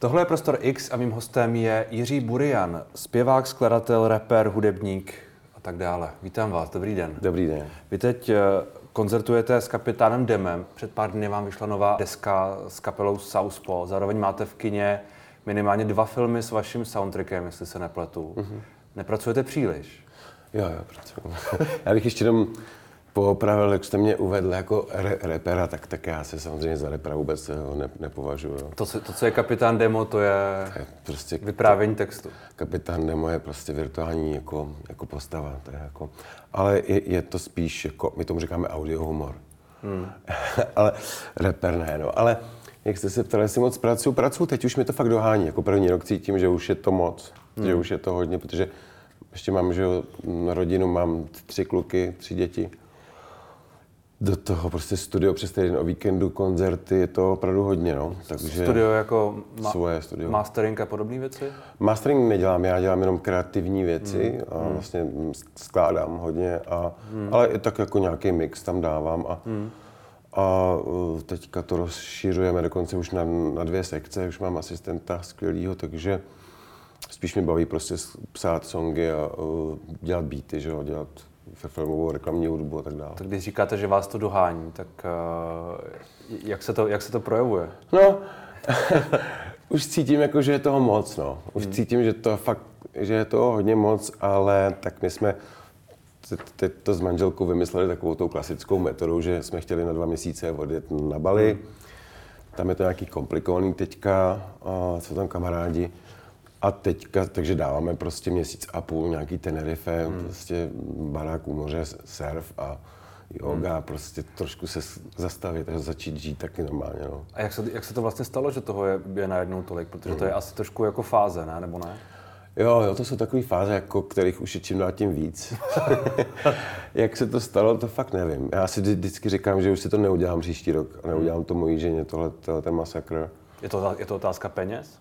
Tohle je Prostor X a mým hostem je Jiří Burian, zpěvák, skladatel, rapper, hudebník a tak dále. Vítám vás, dobrý den. Dobrý den. Vy teď koncertujete s Kapitánem Demem, před pár dny vám vyšla nová deska s kapelou Southpaw, zároveň máte v kině minimálně 2 filmy s vaším soundtrackem, jestli se nepletu. Nepracujete příliš? Jo, pracuji. Já bych ještě jenom poopravil, jak jste mě uvedl jako rapera, tak já se samozřejmě za rapera vůbec nepovažuji. To, co je Kapitán Demo, to je prostě vyprávění textu. Kapitán Demo je prostě virtuální jako postava. To je jako, ale je to spíš, jako, my tomu říkáme audiohumor. Ale rapper ne, no. Ale jak jste se ptali, jestli moc pracuji, teď už mi to fakt dohání. Jako první rok cítím, že už je to moc, že už je to hodně, protože ještě mám, že rodinu, mám 3 kluky, 3 děti. Do toho prostě studio přes týden o víkendu, koncerty, je to opravdu hodně, no. Takže studio jako svoje studio. Mastering a podobné věci? Mastering nedělám, já dělám jenom kreativní věci a vlastně skládám hodně, ale i tak jako nějaký mix tam dávám a teďka to rozšiřujeme dokonce už na 2 sekce, už mám asistenta skvělýho, takže spíš mě baví prostě psát songy a dělat beaty, že jo, dělat filmovou reklamní hudbu a tak dále. Tak když říkáte, že vás to dohání, tak jak se to projevuje? No, už cítím, jako, že je toho moc, no. Už cítím, že je toho hodně moc, ale tak my jsme teď to s manželkou vymysleli takovou tou klasickou metodou, že jsme chtěli na 2 měsíce odjet na Bali. Tam je to nějaký komplikovaný teďka, jsou tam kamarádi. A teďka, takže dáváme prostě 1,5 měsíce nějaký Tenerife, prostě barák u moře, surf a yoga, prostě trošku se zastavit a začít žít taky normálně, no. A jak se to vlastně stalo, že toho je najednou tolik? Protože to je asi trošku jako fáze, ne? Nebo ne? Jo, to jsou takové fáze, jako kterých už je čím dál tím víc. Jak se to stalo, to fakt nevím. Já si vždycky říkám, že už si to neudělám příští rok a neudělám to mojí ženě, tohle ten masakr. Je to otázka peněz?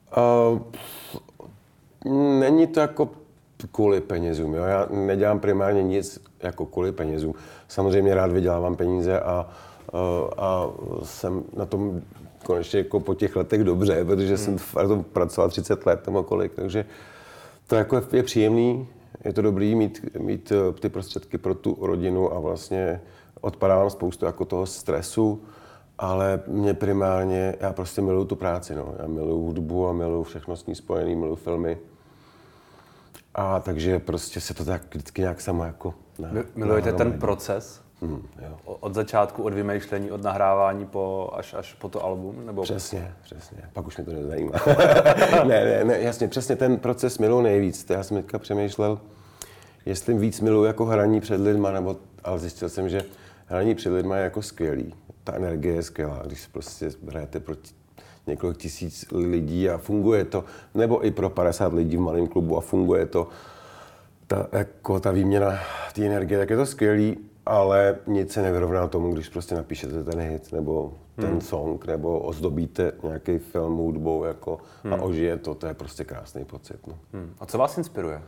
Není to jako kvůli penězům, jo? Já nedělám primárně nic jako kvůli penězům. Samozřejmě rád vydělávám peníze a jsem na tom konečně jako po těch letech dobře, protože jsem na tom pracoval 30 let nebo kolik, takže to jako je příjemný, je to dobrý mít ty prostředky pro tu rodinu a vlastně odpadávám spoustu jako toho stresu. Ale mě primárně, já prostě miluju tu práci, no. Já miluju hudbu a miluju všechno s ní spojený, miluju filmy. A takže prostě se to tak vždycky nějak samo jako... Milujete ten proces? Jo. Od začátku, od vymýšlení, od nahrávání až po to album? Nebo... Přesně. Pak už mě to nezajímá. ne, jasně, přesně ten proces miluju nejvíc. Já jsem teďka přemýšlel, jestli víc miluju jako hraní před lidma, ale zjistil jsem, že hraní před lidma je jako skvělý. Ta energie je skvělá, když prostě hrajete proti několik tisíc lidí a funguje to, nebo i pro 50 lidí v malém klubu a funguje to, ta výměna té energie, tak je to skvělý, ale nic se nevyrovná tomu, když prostě napíšete ten hit, nebo ten song, nebo ozdobíte nějaký film hudbou jako, a ožije to je prostě krásný pocit. No. A co vás inspiruje?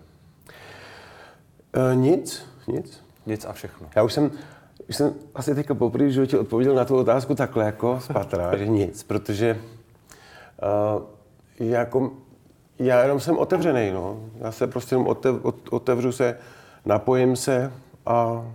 Nic. Nic a všechno. Já už jsem asi teďka poprvé v životě odpověděl na tu otázku takhle jako z patra, že nic, protože já jenom jsem otevřený, no. Já se prostě jenom otevřu se, napojím se a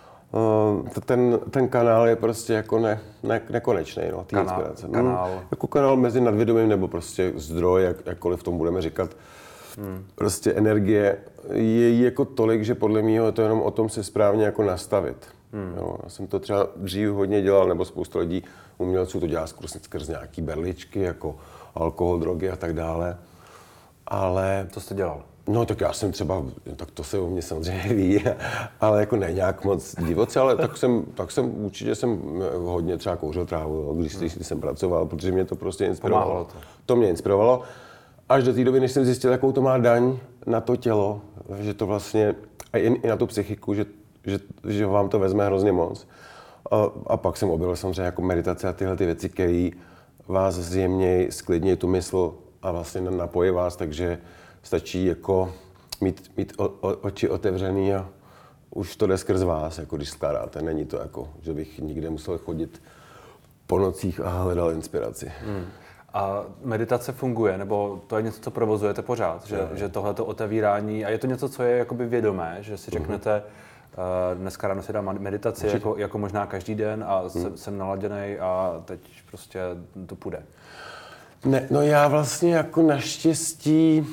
ten kanál je prostě jako nekonečný, no, ty inspirace. Jako kanál mezi nadvědomím nebo prostě zdroj, jakkoliv tomu budeme říkat. Prostě energie je jako tolik, že podle mého je to jenom o tom se správně jako nastavit. Jo, já jsem to třeba dřív hodně dělal, nebo spousta lidí, umělců to dělá skrz nějaký berličky, jako alkohol, drogy a tak dále. Ale... Co jste dělal? No tak já jsem třeba, tak to se o mě samozřejmě ví, ale jako ne nějak moc divoce, ale tak jsem určitě hodně třeba kouřil trávu, když jsem pracoval, protože mě to prostě inspirovalo. Pomáhalo to. To mě inspirovalo. Až do té doby, než jsem zjistil, jakou to má daň na to tělo, že to vlastně, a i na tu psychiku, že vám to vezme hrozně moc. A pak jsem objevil samozřejmě jako meditace a tyhle ty věci, které vás zjemněji, sklidněji tu mysl a vlastně napojí vás, takže stačí jako mít oči otevřený a už to jde skrz vás, jako když skládáte. Není to jako, že bych nikde musel chodit po nocích a hledal inspiraci. A meditace funguje, nebo to je něco, co provozujete pořád, že tohleto otevírání, a je to něco, co je jakoby vědomé, že si řeknete, dneska ráno si dám meditaci jako možná každý den a jsem naladěnej a teď prostě to půjde. Ne, no já vlastně jako naštěstí,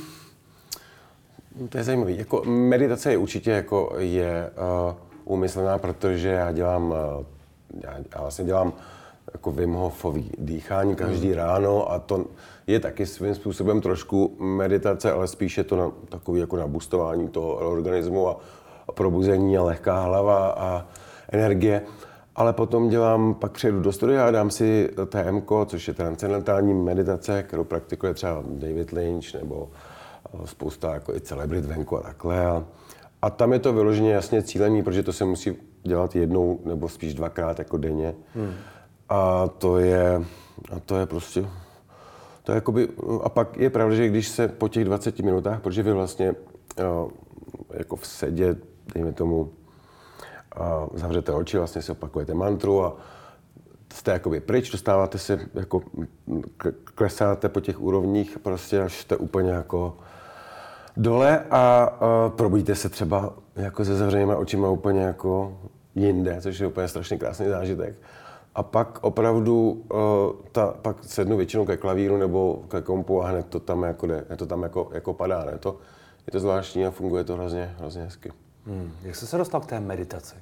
to je zajímavý, jako meditace je určitě jako úmyslná, protože já vlastně dělám jako Wim Hofový dýchání každý ráno a to je taky svým způsobem trošku meditace, ale spíš je to na takový jako nabustování toho organismu a probuzení a lehká hlava a energie. Ale potom pak přejdu do studia a dám si TMko, což je transcendentální meditace, kterou praktikuje třeba David Lynch nebo spousta jako i celebrit venku a takhle. A tam je to vyloženě jasně cílený, protože to se musí dělat jednou nebo spíš dvakrát jako denně. A to je prostě, to je jakoby, a pak je pravda, že když se po těch 20 minutách, protože vy vlastně jako v sedě, dejme tomu, zavřete oči, vlastně si opakujete mantru a jste jakoby pryč, dostáváte se, jako klesáte po těch úrovních, prostě až jste úplně jako dole a probudíte se třeba jako se zavřenýma očima úplně jako jinde, což je úplně strašně krásný zážitek. A pak opravdu pak sednu většinou ke klavíru nebo ke kompu a hned to tam jako jde, to tam jako padá, ne? Je to zvláštní a funguje to hrozně hezky. Jak jsi se dostal k té meditaci?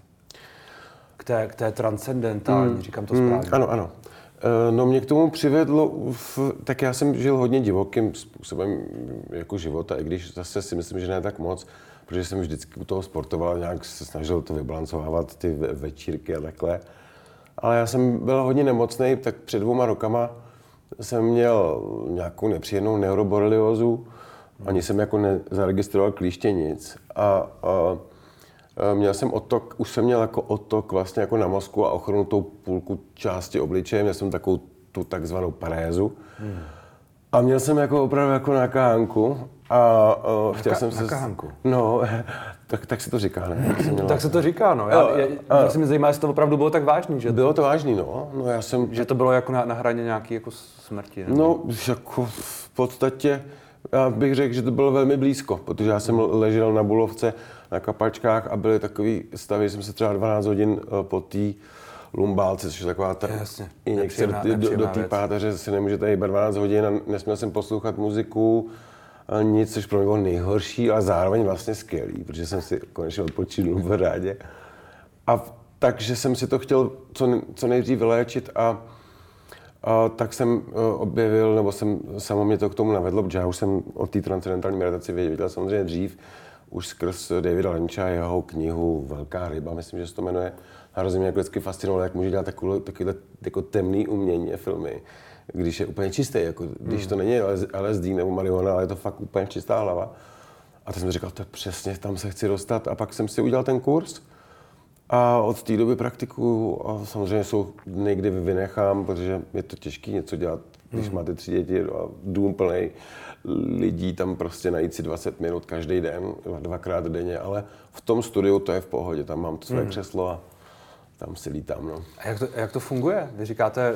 K té transcendentální, říkám to správně. Ano. No mě k tomu přivedlo, tak já jsem žil hodně divokým způsobem jako života, i když zase si myslím, že ne tak moc, protože jsem vždycky u toho sportoval, nějak se snažil to vybalancovávat, ty večírky a takhle. Ale já jsem byl hodně nemocný, tak před 2 rokama jsem měl nějakou nepříjemnou neuroboreliózu, ani jsem jako nezaregistroval klíště nic. A měl jsem otok, už jsem měl jako otok vlastně jako na mozku a ochrnutou půlku části obličeje, měl jsem takovou tu takzvanou parézu. A měl jsem jako opravdu jako na kánku a chtěl jsem se... Na kánku? No, tak se to říká, ne? Tak se to říká, no. Já se mě zajímá, jestli to opravdu bylo tak vážný, že... Bylo to vážný, no. Já jsem... Že to bylo jako na hraně nějaký jako smrti, ne? No, jako v podstatě, já bych řekl, že to bylo velmi blízko, protože já jsem ležel na Bulovce na kapačkách a byly takový stavy, že jsem se třeba 12 hodin po té lumbálce, což je taková ta injekce do té páteře, si nemůžete hýbat 12 hodin a nesměl jsem poslouchat muziku, a nic, což pro mě bylo nejhorší, ale zároveň vlastně skvělý, protože jsem si konečně odpočinul v rádě. A takže jsem si to chtěl co nejdřív vyléčit a tak jsem objevil, nebo samo mě to k tomu navedlo, protože já už jsem o té transcendentální meditaci věděl samozřejmě dřív, už skrz Davida Lyncha, jeho knihu Velká ryba, myslím, že se to jmenuje. Hrozně mě jako vždycky fascinovalo, jak může dělat takovýhle jako temný umění a filmy, když je úplně čistý, jako když to není LSD nebo marihuana, ale je to fakt úplně čistá hlava. A teď jsem říkal, to je přesně, tam se chci dostat. A pak jsem si udělal ten kurz a od té doby praktikuju a samozřejmě jsou dny, kdy vynechám, protože je to těžké něco dělat, když máte 3 děti a dům plný lidí, tam prostě najít si 20 minut každý den, 2krát denně, ale v tom studiu to je v pohodě, tam mám své křeslo a tam si lítám, no. A jak to funguje? Vy říkáte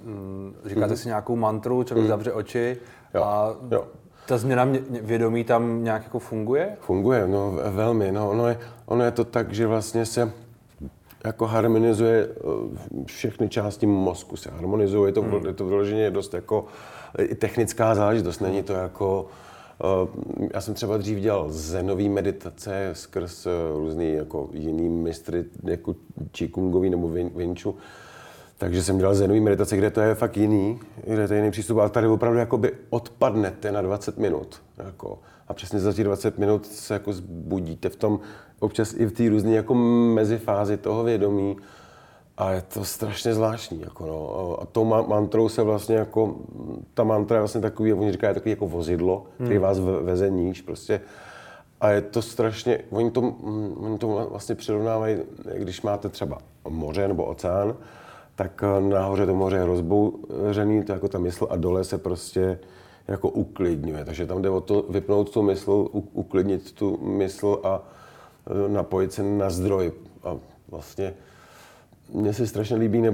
si nějakou mantru, člověk zavře oči a ta změna vědomí tam nějak jako funguje? Funguje, no velmi, no. Ono je to tak, že vlastně se jako harmonizuje všechny části mozku, se harmonizuje, je to vyloženě dost jako technická záležitost, není to jako... Já jsem třeba dřív dělal zenový meditace skrz různý jako jiný mistry, jako Qigongový nebo Vinču. Takže jsem dělal zenový meditace, kde to je fakt jiný, kde to je jiný přístup, ale tady opravdu jakoby odpadnete na 20 minut. Jako, a přesně za těch 20 minut se jako zbudíte v tom, občas i v té různé jako mezifázi toho vědomí. A je to strašně zvláštní, jako no. A tou mantrou se vlastně jako, ta mantra je vlastně takový, oni říkají takový jako vozidlo, který vás veze níž prostě. A je to strašně, oni to vlastně přirovnávají, když máte třeba moře nebo oceán, tak nahoře to moře je rozbouřený, to jako ta mysl a dole se prostě jako uklidňuje. Takže tam jde o to vypnout tu mysl, uklidnit tu mysl a napojit se na zdroj. A vlastně mně se strašně líbí, nebo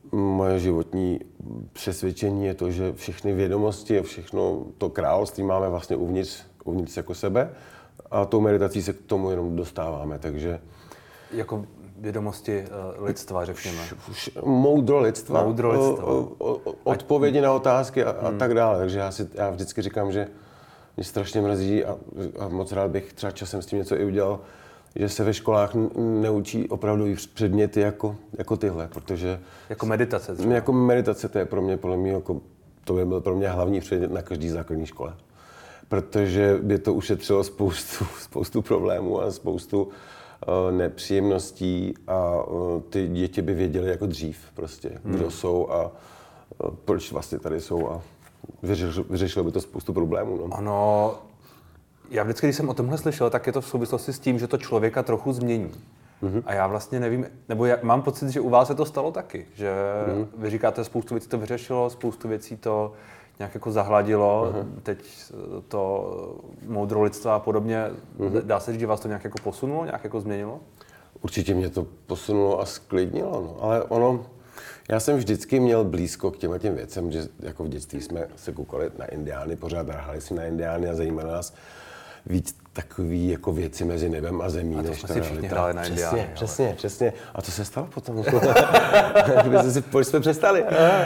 moje životní přesvědčení je to, že všechny vědomosti a všechno to království máme vlastně uvnitř jako sebe a tou meditací se k tomu jenom dostáváme, takže... Jako vědomosti lidstva, řekněme. Moudro lidstva. Odpovědi na otázky a tak dále. Takže já vždycky říkám, že mě strašně mrzí a moc rád bych třeba časem s tím něco i udělal, že se ve školách neučí opravdu předměty jako tyhle, protože... Jako meditace třeba. Jako meditace, to je pro mě, to by byl pro mě hlavní předmět na každé základní škole. Protože by to ušetřilo spoustu problémů a spoustu nepříjemností a ty děti by věděly jako dřív prostě, kdo jsou a proč vlastně tady jsou a vyřešilo by to spoustu problémů. No. Ano, já vždycky, když jsem o tomhle slyšel, tak je to v souvislosti s tím, že to člověka trochu změní. A já vlastně nevím, nebo mám pocit, že u vás se to stalo taky, že vy říkáte, spoustu věcí to vyřešilo, spoustu věcí to nějak jako zahladilo, teď to moudro lidstva a podobně. Dá se říct, že vás to nějak jako posunulo, nějak jako změnilo? Určitě mě to posunulo a sklidnilo, no. Ale já jsem vždycky měl blízko k těm věcem, že jako v dětství jsme se koukali na indiány, pořád hráli si na indiány a zajímalo nás víc takový jako věci mezi nebem a zemí. A to jsme si všichni hráli na indiány. Přesně. A to se stalo potom. Proč jsme přestali?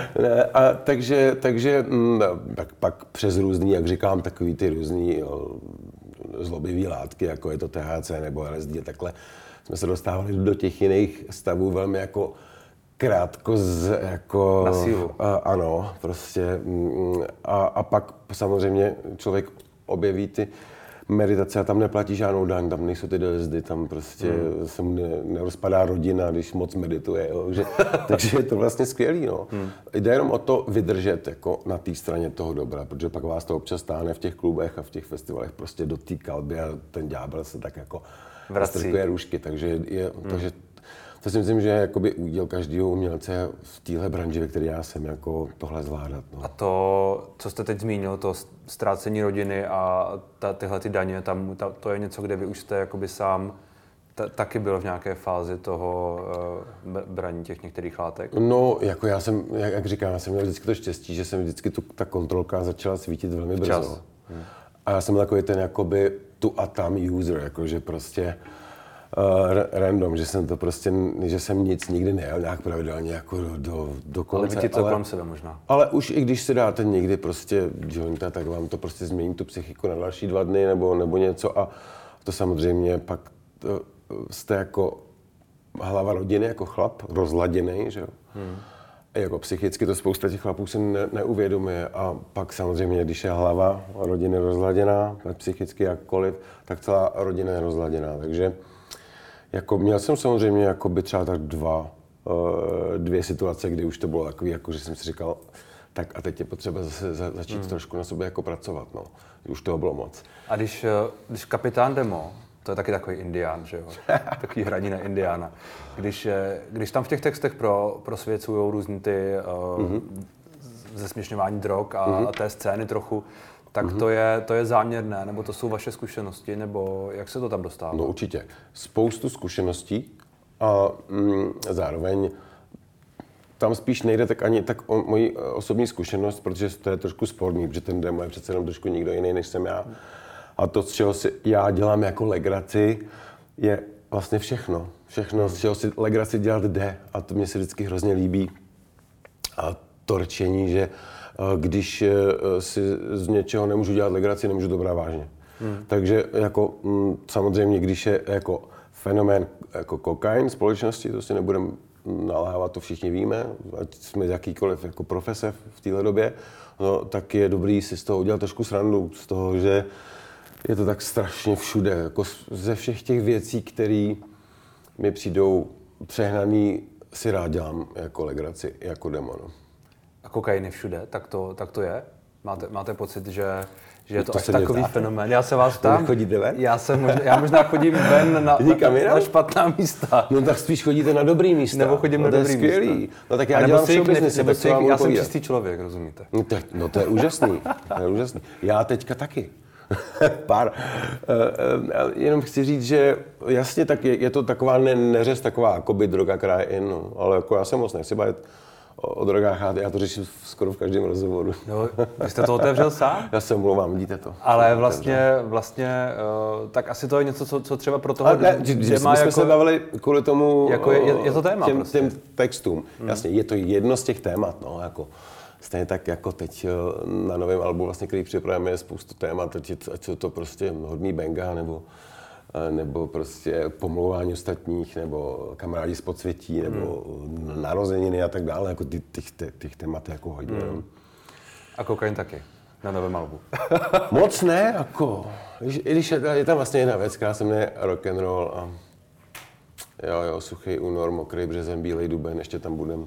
Takže pak přes různý, jak říkám, takový ty různý zlobivý látky, jako je to THC nebo LSD a takhle, jsme se dostávali do těch jiných stavů velmi jako krátko jako... Na sílu. Ano, prostě. A pak samozřejmě člověk objeví ty meditace a tam neplatí žádnou daň, tam nejsou ty dojezdy, tam prostě se mu nerozpadá rodina, když moc medituje, jo, takže je to vlastně skvělý, no. Jde jenom o to vydržet jako na té straně toho dobra, protože pak vás to občas stáhne v těch klubech a v těch festivalech prostě do té kalby a ten ďábel se tak jako strkuje růžky, takže to si myslím, že je jakoby úděl každého umělce v téhle branži, ve které já jsem, jako tohle zvládat. No. A to, co jste teď zmínil, to ztrácení rodiny a tyhle ty daně, to je něco, kde vy už jste jakoby sám taky byl v nějaké fázi toho braní těch některých látek? No, jako já jsem, jak říkám, já jsem měl vždycky to štěstí, že jsem vždycky ta kontrolka začala svítit velmi brzo. A já jsem takový ten jakoby tu a tam user, jakože prostě random, že jsem to prostě, že jsem nic nikdy nejel nějak pravidelně jako do konce. Ale vidíte to kolem sebe možná. Ale už i když si dáte někdy prostě jointa, tak vám to prostě změní tu psychiku na další 2 dny nebo něco a to samozřejmě pak jste jako hlava rodiny, jako chlap, rozladěnej, že jo. Jako psychicky to spousta těch chlapů si neuvědomuje a pak samozřejmě, když je hlava rodiny rozladěná, psychicky jakkoliv, tak celá rodina je rozladěná, takže jako měl jsem samozřejmě jakoby třeba tak 2 situace, kdy už to bylo takový, jako že jsem si říkal, tak a teď je potřeba zase začít trošku na sobě jako pracovat, no. Už toho bylo moc. A když kapitán Demo, to je taky takový indián, že jo? Takový hraní na indiána. Když tam v těch textech prosvěcují různý ty zesměšňování drog a té scény trochu, tak to je záměrné, nebo to jsou vaše zkušenosti, nebo jak se to tam dostává? No určitě. Spoustu zkušeností a zároveň tam spíš nejde tak o moji osobní zkušenost, protože to je trošku sporný, protože ten Demo je přece jenom trošku někdo jiný, než jsem já. A to, z čeho si já dělám jako legraci, je vlastně všechno. Všechno, z čeho si legraci dělat jde. A to mě se vždycky hrozně líbí. A to rčení, že když si z něčeho nemůžu dělat legraci, nemůžu to brát vážně. Takže jako samozřejmě, když je jako fenomén jako kokain společnosti, to si nebudeme naléhávat, to všichni víme, ať jsme jakýkoliv jako profese v téhle době, no, tak je dobrý si z toho udělat trošku srandu, z toho, že je to tak strašně všude, jako ze všech těch věcí, které mi přijdou přehnaný, si rád dělám jako legraci, jako Demo. No. A kokain je všude, tak to je? Máte pocit, že je to až takový fenomén? Já se vás ptám. Chodíte ven? Já možná chodím ven na špatná místa. No tak spíš chodíte na dobrý místa. Nebo chodím na dobrý místa. No tak já dělám show business, já jsem čistý člověk, rozumíte? No to je úžasný. Já teďka taky. Jenom chci říct, že jasně tak je to taková neřez, taková jakoby droga, která je in, no. Ale jako já se moc nechci bavit o drogách a já to řeším skoro v každém rozhovoru. No, vy jste to otevřel sám? Já se omlouvám, vidíte to. Ale vlastně, tak asi to je něco, co třeba pro toho my jsme se bavili kvůli tomu, jako je to téma těm textům. Jasně, je to jedno z těch témat, no, jako stejně tak jako teď na novém albu, vlastně, který připravujeme, je spoustu témat, ať jsou to prostě hodný benga, nebo prostě pomlouvání ostatních, nebo kamarádi z podsvětí, nebo narozeniny a tak dále, jako těch témat je jako hodně. A kokain taky, na novém albu. Moc ne, jako, i když je tam vlastně jedna věc, která se jmenuje rock and roll a jo, suchý únor, mokrý březen, bílej duben, ještě tam budem.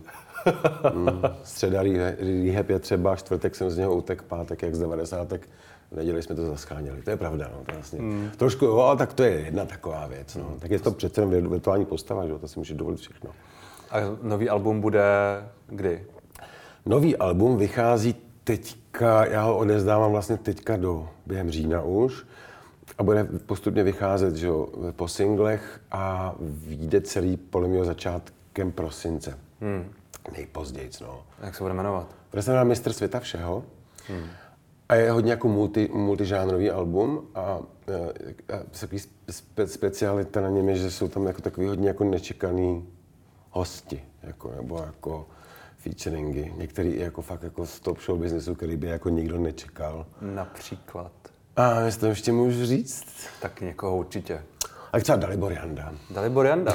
Středa rehab je třeba, čtvrtek jsem z něho utek, pátek jak z 90. V neděli jsme to zascháněli, to je pravda, no, to vlastně. Trošku jo, ale tak to je jedna taková věc, no. Tak je to přece jen virtuální postava, že? To si může dovolit všechno. A nový album bude kdy? Nový album vychází teďka, já ho odezdávám vlastně teďka během října už a bude postupně vycházet, že jo, po singlech a vyjde celý podle mého začátkem prosince. Nejpozdějc, no. Jak se bude jmenovat? Bude se jmenovat Mistr světa všeho. A je hodně jako multižánrový album a takový specialita na něm je, že jsou tam jako takový hodně jako nečekaný hosti, jako, nebo jako featuringy. Některý jako fakt jako z top show businessu, který by jako nikdo nečekal. Například? A jestli to ještě můžu říct? Tak někoho určitě. Tak třeba Dalibor Janda. Dalibor Janda.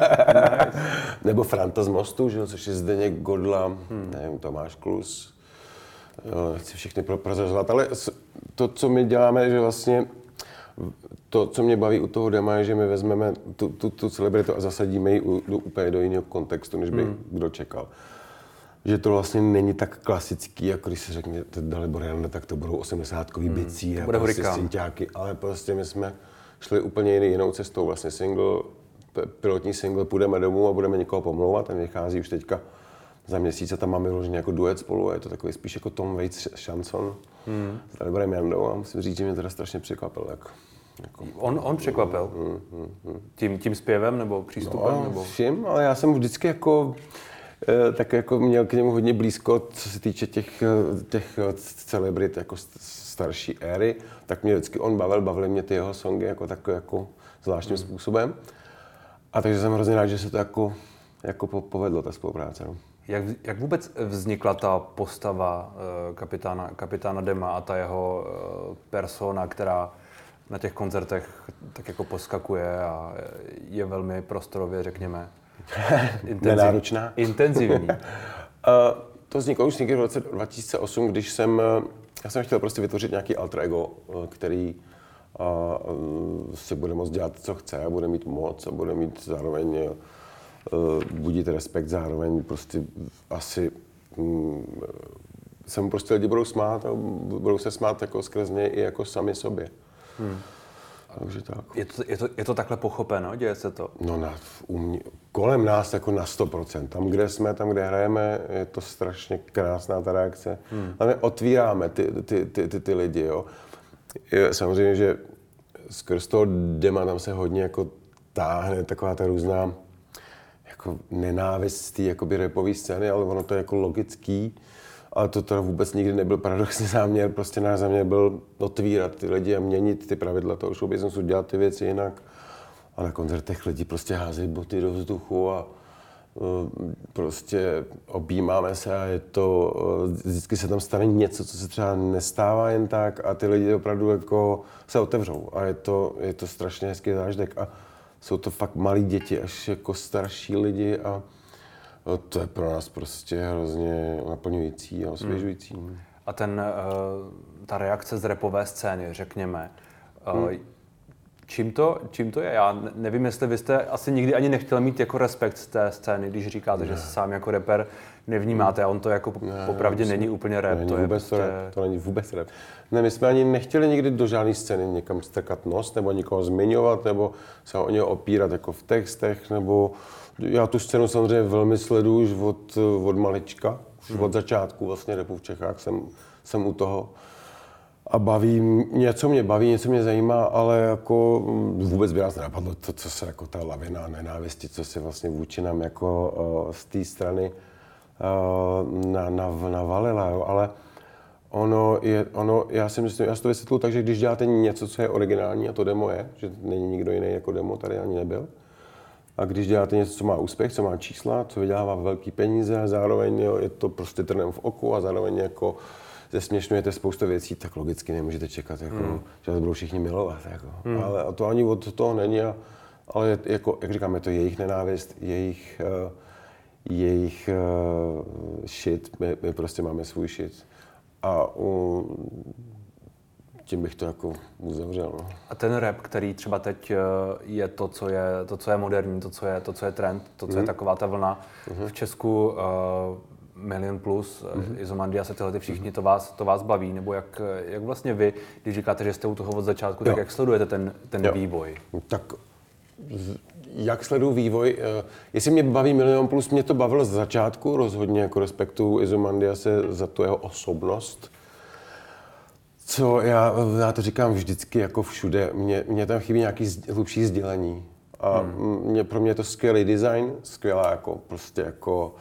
Nebo Franta z Mostu, že? Což je Zdeněk Godla, nevím, Tomáš Klus. Nechci všechny prozrazovat, ale to, co my děláme, že vlastně to, co mě baví u toho dema, je, že my vezmeme tu celebritu a zasadíme ji úplně do jiného kontextu, než by kdo čekal. Že to vlastně není tak klasický, jako když se řekne Dalibor Janda, tak to budou 80kový bicí a prostě synťáky, ale prostě my jsme šli úplně jinou cestou, vlastně pilotní single Půjdeme domů a budeme někoho pomlouvat, ten vychází už teďka za měsíc a tam máme vyloženě jako duet spolu a je to takový spíš jako Tom Waits šanson s Daliborem Jandou a musím říct, že mě teda strašně překvapil. Jako. On překvapil? Tím zpěvem nebo přístupem? No, nebo? Všim, ale já jsem vždycky jako tak jako měl k němu hodně blízko, co se týče těch celebrit jako starší éry, tak mě vždycky on bavily mě ty jeho songy jako takové jako zvláštním způsobem. A takže jsem hrozně rád, že se to jako povedlo, ta spolupráce. No. Jak vůbec vznikla ta postava kapitána Dema a ta jeho persona, která na těch koncertech tak jako poskakuje a je velmi prostorově, řekněme, intenzivní? To vzniklo už někdy v roce 2008, když já jsem chtěl prostě vytvořit nějaký alter ego, který si bude moct dělat, co chce, a bude mít moc a bude mít zároveň budit respekt, zároveň prostě asi se mu prostě lidi budou smát a budou se smát jako skrz něj i jako sami sobě. Takže tak. Je to takhle pochopeno? Děje se to? No kolem nás jako na 100%. Tam, kde jsme, tam, kde hrajeme, je to strašně krásná ta reakce. A my otvíráme ty lidi, jo. Samozřejmě, že skrz toho Dema tam se hodně jako táhne taková ta různá jako nenávist z té jakoby rapové scény, ale ono to je jako logický. Ale to teda vůbec nikdy nebyl paradoxní záměr, prostě náš záměr byl otvírat ty lidi a měnit ty pravidla toho show businessu, dělat ty věci jinak. A na koncertech lidi prostě házejí boty do vzduchu a prostě objímáme se a je to, vždycky se tam stane něco, co se třeba nestává jen tak a ty lidi opravdu jako se otevřou a je to strašně hezký zážitek a jsou to fakt malí děti až jako starší lidi a to je pro nás prostě hrozně naplňující a osvěžující. A ta reakce z rapové scény, řekněme, čím to je? Já nevím, jestli vy jste asi nikdy ani nechtěl mít jako respekt z té scény, když říkáte, že se sám jako rapper nevnímáte a on to jako popravdě není úplně rap. To není vůbec rap. Ne, my jsme ani nechtěli nikdy do žádné scény někam strkat nos nebo někoho zmiňovat nebo se o něho opírat jako v textech nebo já tu scénu samozřejmě velmi sleduju už od malička, už od začátku vlastně rapu v Čechách jsem u toho a něco mě baví, něco mě zajímá, ale jako vůbec by nás nenapadlo to, co se jako ta lavina nenávisti, co se vlastně vůči nám jako z té strany navalila, jo, ale já si to vysvětluji tak, že když děláte něco, co je originální, a to demo je, že není nikdo jiný jako demo, tady ani nebyl, a když děláte něco, co má úspěch, co má čísla, co vydělává velký peníze, a zároveň jo, je to prostě trnem v oku a zároveň jako zesměšňujete spoustu věcí, tak logicky nemůžete čekat, jako, že to budou všichni milovat. Jako. Ale to ani od toho není, ale jako, jak říkám, je to jejich nenávist, jejich shit, my prostě máme svůj shit. A tím bych to jako uzavřel. No. A ten rap, který třeba teď je to, co je moderní, to, co je trend, to, co je taková ta vlna v Česku, Milion Plus, Izomandias a tyhle ty všichni, to vás baví? Nebo jak vlastně vy, když říkáte, že jste u toho od začátku, tak jak sledujete ten vývoj? Tak jak sleduju vývoj? Jestli mě baví Milion Plus, mě to bavilo z začátku, rozhodně jako respektuju Izomandiase za tu jeho osobnost. Co já to říkám vždycky jako všude, mě tam chybí nějaký hlubší sdělení. A pro mě je to skvělý design, skvělá jako prostě jako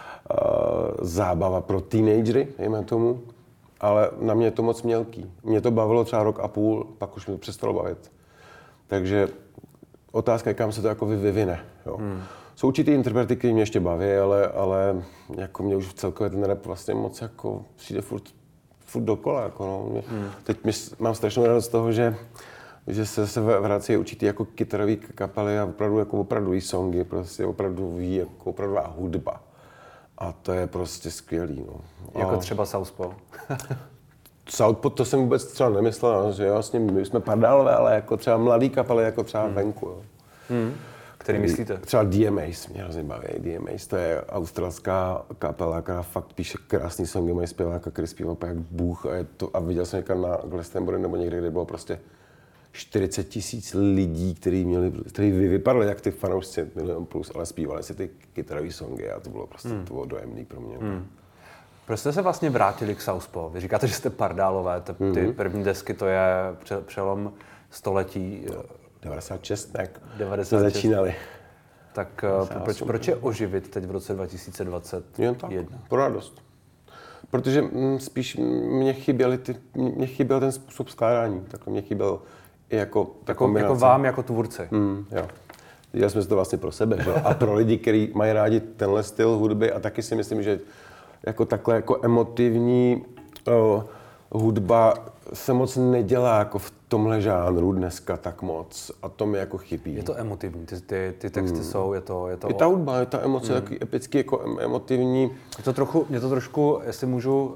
zábava pro teenagery, dejme tomu, ale na mě je to moc mělký. Mě to bavilo třeba rok a půl, pak už mě to přestalo bavit. Takže otázka je, kam se to jako vyvine. Jo. Jsou určitý interprety, které mě ještě baví, ale jako mě už celkově ten rap vlastně moc jako přijde furt dokola. Jako no. Teď mám strašnou radost z toho, že se vrací určitý jako kytarový kapely a opravdový songy, prostě opravdová hudba. A to je prostě skvělý. No. Jako třeba Southpaw. Southpaw, to jsem vůbec třeba nemyslel, že vlastně my jsme pardálové, ale jako třeba mladý kapely, jako třeba venku. Jo. Který myslíte? Třeba DMAs, mě hrozně baví. DMAs, to je australská kapela, která fakt píše krásný songy, mají zpěváka, který zpívá jak bůh a viděl jsem někam na Glastonbury nebo někde, kde bylo prostě 40 000 lidí, kteří vypadali jak ty fanoušci Milion Plus, ale zpívali si ty kytarové songy a to bylo prostě to bylo dojemný pro mě. Proč jste se vlastně vrátili k Southpaw? Vy říkáte, že jste pardálové, ty první desky, to je přelom století. 96, tak 96. jsme začínali. Tak proč je oživit teď v roce 2021? Jen tak, pro radost. Protože spíš mě chyběl ten způsob skládání, tak mě chyběl i jako ta kombinace. Jako vám, jako tvůrci. Jo. Dělali jsme to vlastně pro sebe, že? A pro lidi, kteří mají rádi tenhle styl hudby a taky si myslím, že jako takhle jako emotivní hudba se moc nedělá jako v tomhle žánru dneska tak moc a to mi jako chybí. Je to emotivní, ty texty jsou, je to... Je ta hudba, je ta emoce takový epický, jako emotivní. Mě to trošku, jestli můžu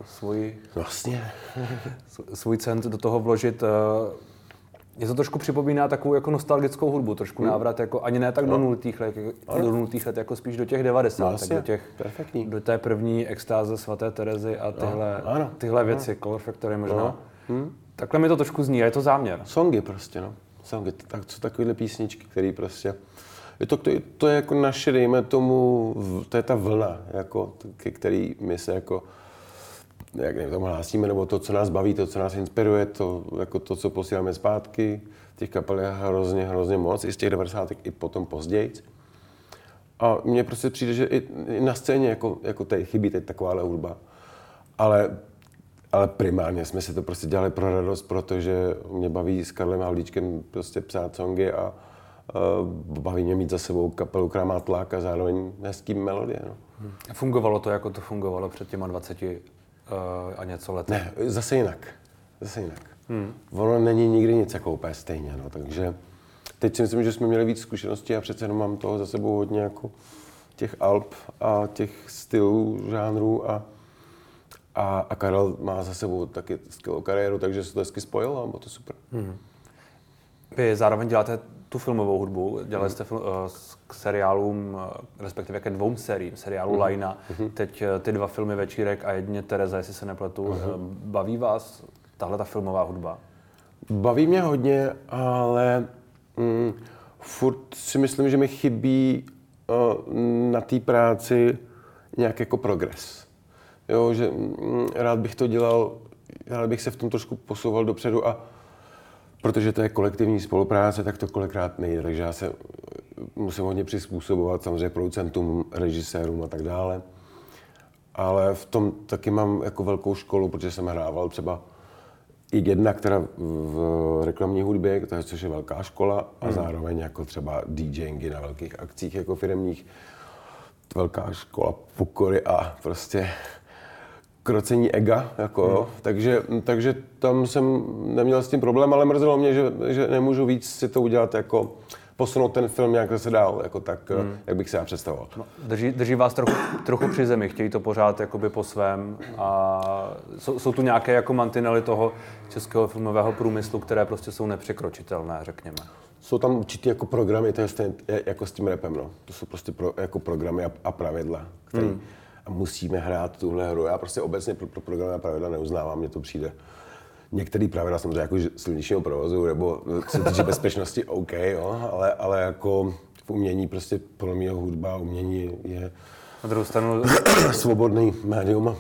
svůj cent do toho vložit, mě to trošku připomíná takovou jako nostalgickou hudbu, trošku návrat, jako ani ne tak do 0. let, jako spíš do těch 90. Do té první extáze svaté Terezy a tyhle věci, Color Factory možná. Takhle mi to trošku zní, a je to záměr. Songy prostě, no. Songy, co takovéhle písničky, které prostě... To je jako naše, dejme tomu, to je ta vlna, jako, ke který my se jako, jak nevím, tomu hlásíme, nebo to, co nás baví, to, co nás inspiruje, jako to, co posíláme zpátky. Těch kapel je hrozně moc, i z těch 90. i potom později. A mně prostě přijde, že i na scéně jako tady chybí teď takováhle hudba. Ale primárně jsme si to prostě dělali pro radost, protože mě baví s Karlem Havlíčkem prostě psát songy a baví mě mít za sebou kapelu, která má tlak a zároveň hezký melodie. No. Fungovalo to, jako to fungovalo před těma 20 a něco let? Ne, zase jinak. Ono není nikdy nic jako úplně stejně, no, takže teď si myslím, že jsme měli víc zkušeností a přece jenom mám toho za sebou hodně jako těch alb a těch stylů, žánrů a Karel má za sebou taky skvělou kariéru, takže se to hezky spojilo a bylo to super. Vy zároveň děláte tu filmovou hudbu, dělali jste k seriálům, respektive ke 2 sériím, seriálu Lajna, teď ty 2 filmy Večírek a jedině Tereza, jestli se nepletu. Baví vás tahle ta filmová hudba? Baví mě hodně, ale furt si myslím, že mi chybí na té práci nějak jako progres. Jo, že rád bych to dělal, rád bych se v tom trošku posouval dopředu a protože to je kolektivní spolupráce, tak to kolikrát nejde, takže já se musím hodně přizpůsobovat samozřejmě producentům, režisérům a tak dále. ale v tom taky mám jako velkou školu, protože jsem hrával třeba i jedna, která v reklamní hudbě, což je velká škola, a zároveň jako třeba DJingy na velkých akcích jako firemních. Velká škola pokory a prostě krocení ega, jako, takže tam jsem neměl s tím problém, ale mrzelo mě, že nemůžu víc si to udělat, jako posunout ten film nějak zase dál, jako tak, jak bych se já představoval. No, drží vás trochu při zemi, chtějí to pořád jakoby po svém a jsou tu nějaké jako mantinely toho českého filmového průmyslu, které prostě jsou nepřekročitelné, řekněme. Jsou tam určitě jako programy, to je stejně jako s tím rapem, no. To jsou prostě jako programy a pravidla, které a musíme hrát tuhle hru. Já prostě obecně pro programy a pravidla neuznávám, mně to přijde. Některé pravidla samozřejmě jako silničního provozu nebo co se týče bezpečnosti, OK, jo, ale jako v umění prostě pro mě hudba, umění je na druhou stranu svobodný médium.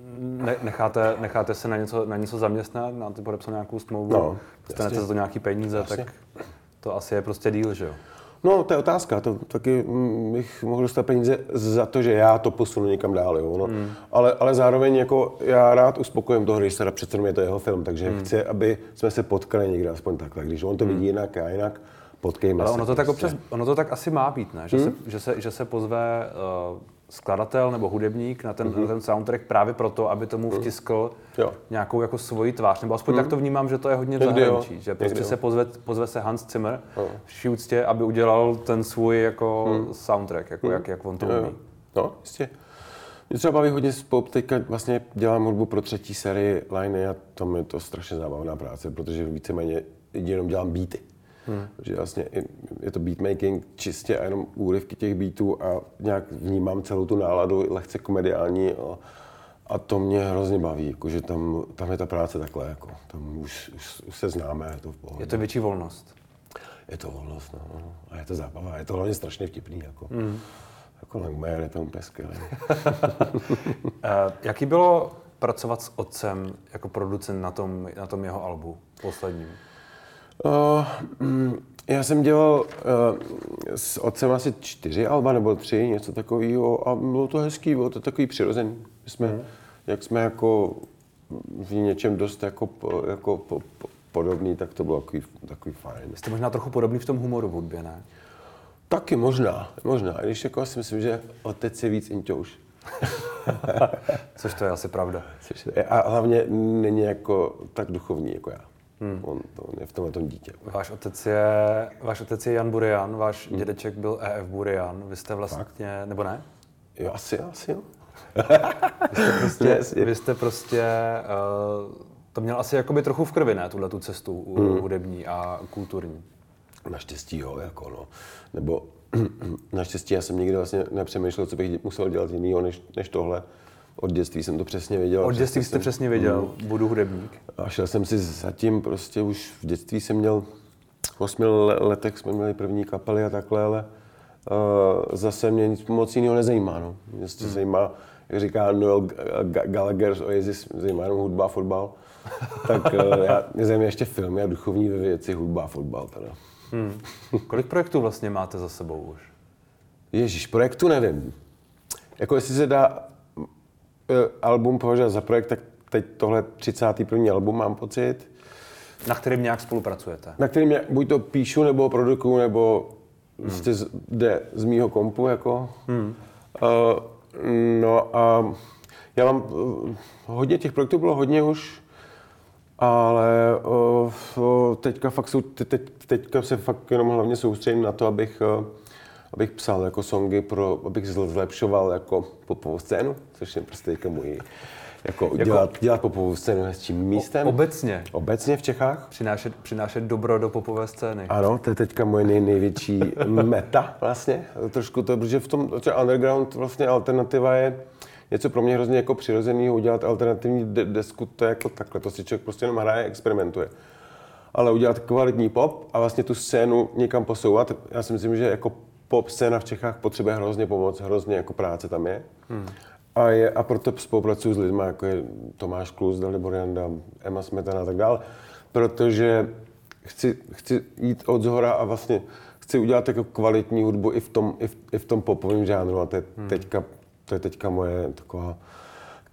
Necháte se na něco zaměstnat, máte podepsat nějakou smlouvu, dostanete za to nějaký peníze, jasně. Tak to asi je prostě deal, že jo? No, to je otázka, to taky bych mohl dostat peníze za to, že já to posunu někam dál, jo, no. Ale zároveň jako já rád uspokojím toho režiséra, přece je to jeho film, takže chci, aby jsme se potkali někde aspoň takhle, když on to vidí jinak, já jinak, potkejme se. Ale ono to tak asi má být, ne? Že se pozve skladatel nebo hudebník na ten soundtrack právě proto, aby tomu vtiskl nějakou jako svoji tvář, nebo aspoň tak to vnímám, že to je hodně v zahraničí, že prostě se pozve se Hans Zimmer vší úctě, aby udělal ten svůj jako soundtrack, jako jak on to umí. No, jistě. Mě třeba baví hodně teďka vlastně dělám hudbu pro 3. sérii Liny a tam je to strašně zábavná práce, protože víceméně jenom dělám beaty. Protože vlastně je to beatmaking čistě a jenom úryvky těch beatů a nějak vnímám celou tu náladu, lehce komediální a to mě hrozně baví, jakože tam je ta práce takhle, jako, tam už se známe, je to v pohodě. Je to větší volnost? Je to volnost, no, a je to zábava, je to hlavně strašně vtipný, jako. Jako Langmajer je tam úplně skvělý. Jaký bylo pracovat s otcem jako producent na tom jeho albu posledním? Já jsem dělal s otcem asi 4 alba nebo 3, něco takového a bylo to hezký, bylo to takový přirozený. Jak jsme jako v něčem dost jako podobný, tak to bylo takový fajn. Jste možná trochu podobný v tom humoru v hudbě, ne? Taky možná. I když jako si myslím, že otec je víc inťouš. Což to je asi pravda. A hlavně není jako tak duchovní jako já. On je v tomhletom dítě. Váš otec je Jan Burian, váš dědeček byl E.F. Burian. Vy jste vlastně, nebo ne? Jo, asi jo. Vy jste prostě to měl asi jakoby trochu v krvi, ne, tuhletu cestu hudební a kulturní. Naštěstí jo, jako no. Nebo naštěstí já jsem nikdy vlastně nepřemýšlel, co bych musel dělat jinýho než tohle. Od dětství jsem to přesně věděl. Od dětství jste přesně věděl, budu hudebník. A šel jsem si zatím, prostě už v dětství jsem měl, v 8 letech jsme měli první kapely a takhle, ale zase mě nic moc jiného nezajímá. No. Mě se zajímá, jak říká Noel Gallagher z Oasis, zajímá jenom hudba a fotbal. Tak mě zajímá ještě filmy a duchovní věci, hudba a fotbal teda. Kolik projektů vlastně máte za sebou už? Ježíš, projektu nevím. Jako jestli se dá album považovat za projekt, tak teď tohle 31. album mám pocit. Na kterým nějak spolupracujete? Na kterým buď to píšu, nebo produkuju, nebo prostě jde z mýho kompu, jako. No a já mám hodně těch projektů, bylo hodně už, ale teďka se fakt jenom hlavně soustředím na to, abych psal jako songy abych zlepšoval jako popovou scénu, což je prostě teďka můj, jako dělat popovou scénu hezčím místem. Obecně v Čechách. Přinášet dobro do popové scény. Ano, to je teďka moje největší meta vlastně, trošku to, protože v tom underground vlastně alternativa je něco pro mě hrozně jako přirozeného, udělat alternativní desku, to je jako takhle, to si člověk prostě jenom hraje, experimentuje. Ale udělat kvalitní pop a vlastně tu scénu někam posouvat, já si myslím, že jako pop scéna v Čechách potřebuje hrozně pomoc, hrozně jako práce tam je. A proto spolupracuju s lidmi, jako je Tomáš Klus, Dalibor Janda, Emma Smetana a tak dále, protože chci jít od zhora a vlastně chci udělat jako kvalitní hudbu i v tom popovém žánru a to je teďka moje taková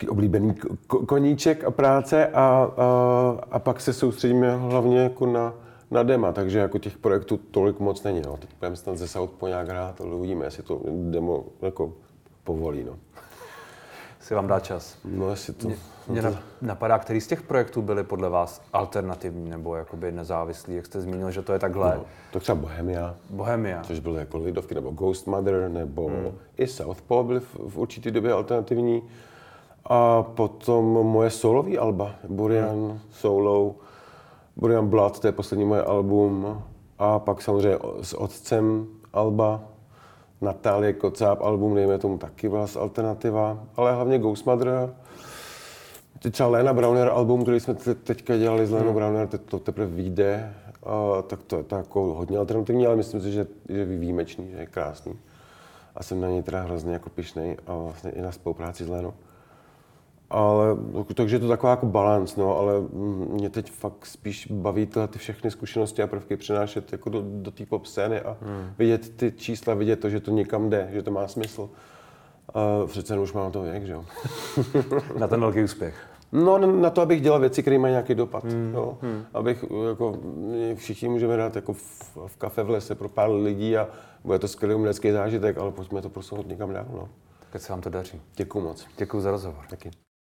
takový oblíbený koníček a práce a pak se soustředíme hlavně jako na dema, takže jako těch projektů tolik moc není. No. Teď budeme snad ze Southpaw nějak hrát, ale uvidíme, jestli to demo jako povolí. No. Si vám dá čas. No, jestli to... Mě napadá, který z těch projektů byly podle vás alternativní nebo jakoby nezávislý, jak jste zmínil, že to je takhle. No, to třeba Bohemia, což byly jako lidovky, nebo Ghost Mother, nebo i Southpaw byly v určitý době alternativní. A potom moje solový alba, Burian Solo, Burian Blood, to je poslední moje album. A pak samozřejmě s otcem alba, Natálie Kocáb album, dejme tomu taky vlastně alternativa, ale hlavně Ghost Mother. Třeba Lena Browner album, který jsme teďka dělali s Lenou Browner, to teprve vyjde, tak to je jako hodně alternativní, ale myslím si, že je výjimečný, že je krásný. A jsem na něj teda hrozně jako pyšnej a vlastně i na spolupráci s Lenou. Ale, takže je to taková jako balans, no, ale mě teď fakt spíš baví tyhle ty všechny zkušenosti a prvky přenášet jako do té pop scény a vidět ty čísla, vidět to, že to někam jde, že to má smysl. Přece už mám to věk, že jo. Na ten velký úspěch. No, na to, abych dělal věci, které mají nějaký dopad. Jo. Abych, jako, všichni můžeme dát jako v kafe v lese pro pár lidí a bude to skvělý umělecký zážitek, ale pojďme to posunout někam dál. No. Tak se vám to daří. Děkuju moc. Děkuju za rozhovor. Taky.